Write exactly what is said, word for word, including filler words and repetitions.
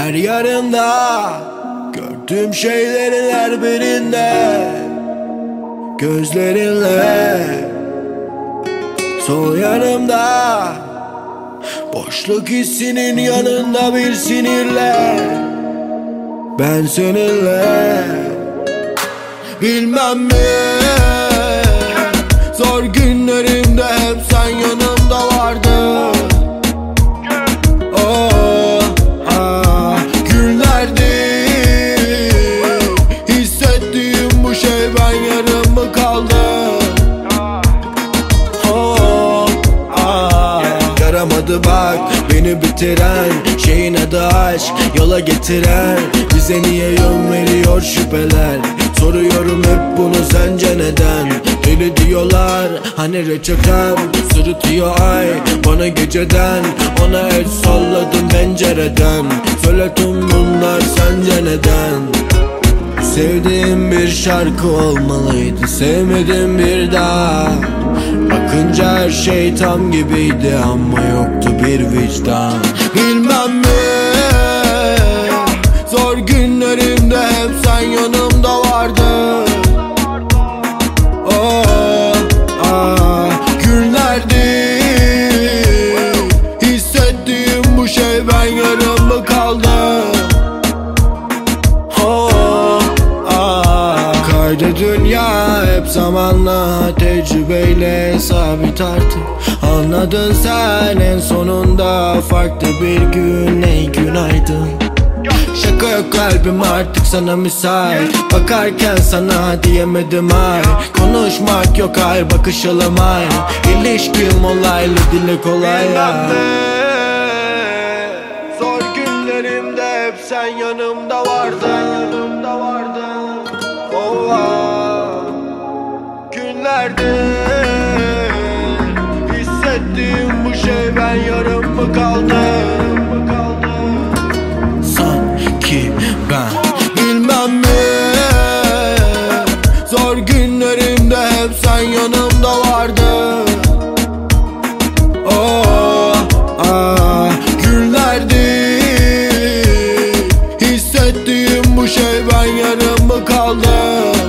Her yarında gördüğüm şeylerin her birinde gözlerinle. Sol yanımda boşluk hissinin yanında bir sinirle. Ben seninle bilmem mi, zor günlerimde hep sen yanımda vardın. Oh, ah, günlerdi hissettiğim bu şey, ben yarım mı kaldım? Oh, ah, yaramadı bak beni bitiren şeyin adı aşk, yola getiren bize niye yön veriyor şüpheler. Soruyorum hep bunu, sence neden? Deli diyorlar hani reçetem, sırıtıyor ay bana geceden. Ona el salladım pencereden, söyle tüm bunlar sence neden? Sevdiğim bir şarkı olmalıydı, sevmedim bir daha. Bakınca her şey tam gibiydi ama yoktu bir vicdan. Bilmem mi, zor günlerimde hep sen yanımda vardın. Oh, ah, günlerdi hissettiğim bu şey, ben yarım mı kaldım? Oh, ah, kaydı dünya hep zamanla, tecrübeyle sabit artık. Anladın sen en sonunda, farklı bir gün, ey günaydın. Şaka yok kalbim artık sana müsait, bakarken sana diyemedim ay. Konuşmak yok ay, bakışalım ay. İlişkim olaylı, dili kolay ya. Zor günlerimde hep sen yanımda vardın, yanımda vardın. Oh, ah, günlerde hissettiğim bu şey, ben yarım mı kaldım? Sanki ben bilmem mi, zor günlerimde hep sen yanımda vardın. Oh, ah, günlerdi hissettiğim bu şey, ben yarım mı kaldım?